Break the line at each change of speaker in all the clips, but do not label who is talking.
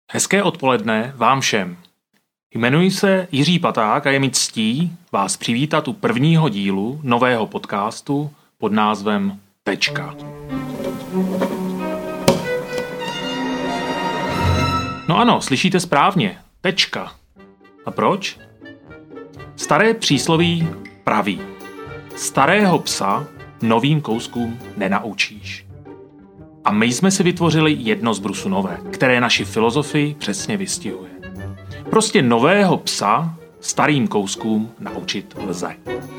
Hezké odpoledne vám všem. Jmenuji se Jiří Paták a je mi ctí vás přivítat u prvního dílu nového podcastu pod názvem Tečka. No ano, slyšíte správně. Tečka. A proč? Staré přísloví praví: starého psa novým kouskům nenaučíš. A my jsme si vytvořili jedno z brusu nové, které naši filozofii přesně vystihuje. Prostě nového psa starým kouskům naučit lze.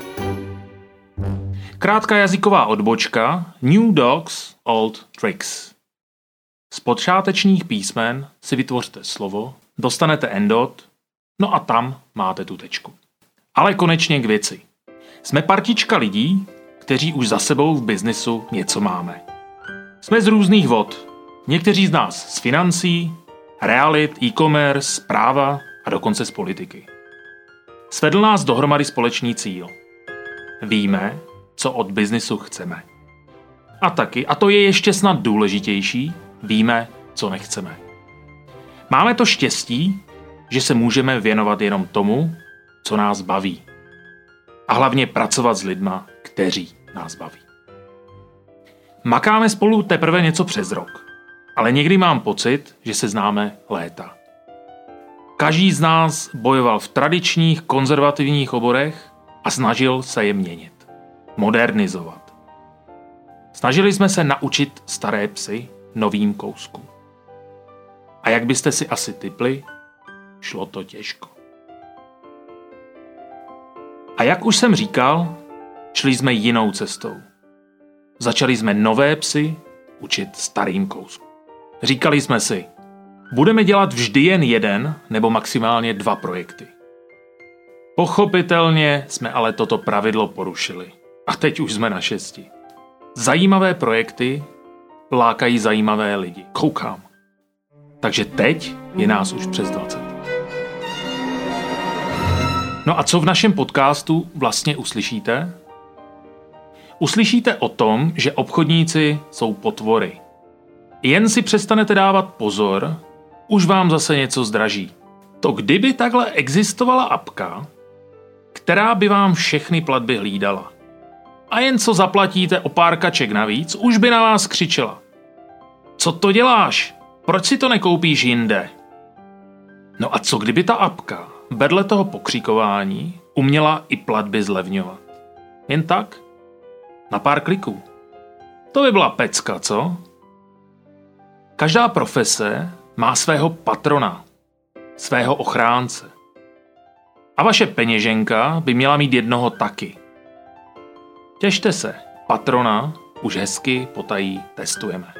Krátká jazyková odbočka New Dogs, Old Tricks. Z počátečních písmen si vytvořte slovo, dostanete endot, no a tam máte tu tečku. Ale konečně k věci. Jsme partička lidí, kteří už za sebou v biznisu něco máme. Jsme z různých vod. Někteří z nás z financí, realit, e-commerce, práva a dokonce z politiky. Svedl nás dohromady společný cíl. Víme, co od biznisu chceme. A taky, a to je ještě snad důležitější, víme, co nechceme. Máme to štěstí, že se můžeme věnovat jenom tomu, co nás baví. A hlavně pracovat s lidma, kteří nás baví. Makáme spolu teprve něco přes rok, ale někdy mám pocit, že se známe léta. Každý z nás bojoval v tradičních konzervativních oborech a snažil se je měnit, modernizovat. Snažili jsme se naučit staré psy novým kouskům. A jak byste si asi tipli, šlo to těžko. A jak už jsem říkal, šli jsme jinou cestou. Začali jsme nové psy učit starým kouskům. Říkali jsme si, budeme dělat vždy jen jeden nebo maximálně 2 projekty. Pochopitelně jsme ale toto pravidlo porušili. A teď už jsme na 6. Zajímavé projekty lákají zajímavé lidi. Koukám. Takže teď je nás už přes 20. No a co v našem podcastu vlastně uslyšíte? Uslyšíte o tom, že obchodníci jsou potvory. Jen si přestanete dávat pozor, už vám zase něco zdraží. To kdyby takhle existovala apka, která by vám všechny platby hlídala. A jen co zaplatíte o pár kaček navíc, už by na vás křičela. Co to děláš? Proč si to nekoupíš jinde? No a co kdyby ta apka vedle toho pokřikování uměla i platby zlevňovat? Jen tak? Na pár kliků. To by byla pecka, co? Každá profese má svého patrona, svého ochránce. A vaše peněženka by měla mít jednoho taky. Těšte se, patrona už hezky potají testujeme.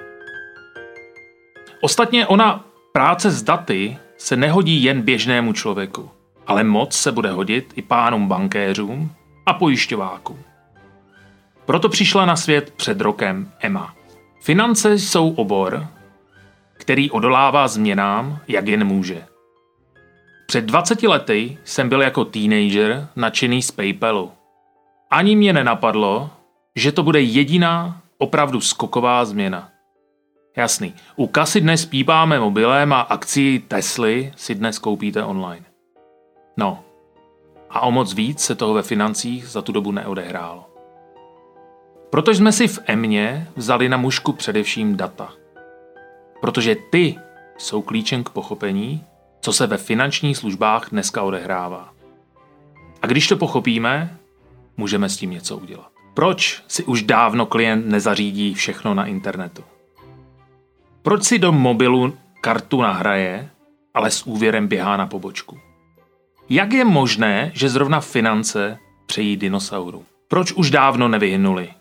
Ostatně ona práce s daty se nehodí jen běžnému člověku, ale moc se bude hodit i pánům bankéřům a pojišťovákům. Proto přišla na svět před rokem Emma. Finance jsou obor, který odolává změnám, jak jen může. Před 20 lety jsem byl jako teenager nadšený z PayPalu. Ani mě nenapadlo, že to bude jediná opravdu skoková změna. Jasný, u kasy dnes pípáme mobilem a akcii Tesly si dnes koupíte online. No, a o moc víc se toho ve financích za tu dobu neodehrálo. Protože jsme si v Emě vzali na mušku především data. Protože ty jsou klíčem k pochopení, co se ve finančních službách dneska odehrává. A když to pochopíme, můžeme s tím něco udělat. Proč si už dávno klient nezařídí všechno na internetu? Proč si do mobilu kartu nahraje, ale s úvěrem běhá na pobočku? Jak je možné, že zrovna finance přejí dinosaurům? Proč už dávno nevyhynuli?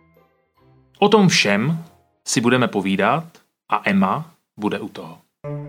O tom všem si budeme povídat a Emma bude u toho.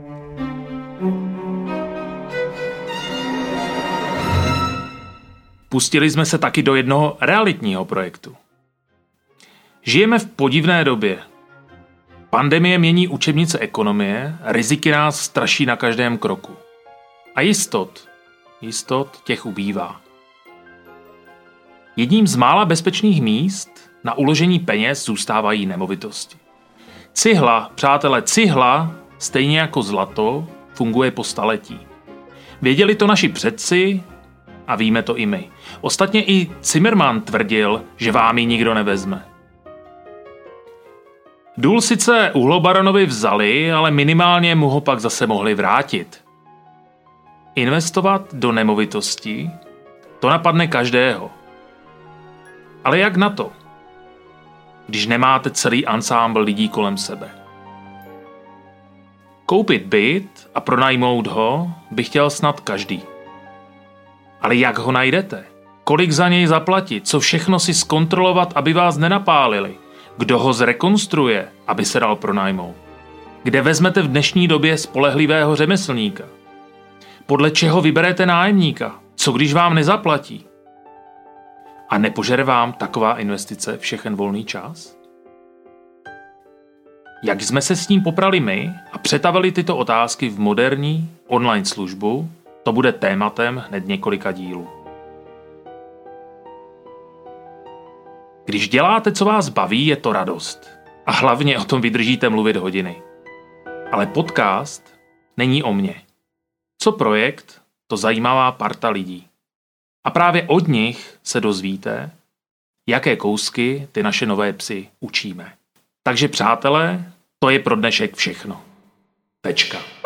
Pustili jsme se taky do jednoho realitního projektu. Žijeme v podivné době. Pandemie mění učebnice ekonomie, riziky nás straší na každém kroku. A jistot těch ubývá. Jedním z mála bezpečných míst na uložení peněz zůstávají nemovitosti. Cihla, přátelé, cihla, stejně jako zlato, funguje po staletí. Věděli to naši předci a víme to i my. Ostatně i Zimmermann tvrdil, že vám ji nikdo nevezme. Důl sice uhlobaranovi vzali, ale minimálně mu ho pak zase mohli vrátit. Investovat do nemovitosti? To napadne každého. Ale jak na to, když nemáte celý ansámbl lidí kolem sebe? Koupit byt a pronajmout ho by chtěl snad každý. Ale jak ho najdete? Kolik za něj zaplatit? Co všechno si zkontrolovat, aby vás nenapálili? Kdo ho zrekonstruuje, aby se dal pronajmout? Kde vezmete v dnešní době spolehlivého řemeslníka? Podle čeho vyberete nájemníka? Co když vám nezaplatí? A nepožere vám taková investice všechen volný čas? Jak jsme se s ním poprali my a přetavili tyto otázky v moderní online službu, to bude tématem hned několika dílů. Když děláte, co vás baví, je to radost. A hlavně o tom vydržíte mluvit hodiny. Ale podcast není o mně. Co projekt, to zajímavá parta lidí. A právě od nich se dozvíte, jaké kousky ty naše nové psy učíme. Takže přátelé, to je pro dnešek všechno. Tečka.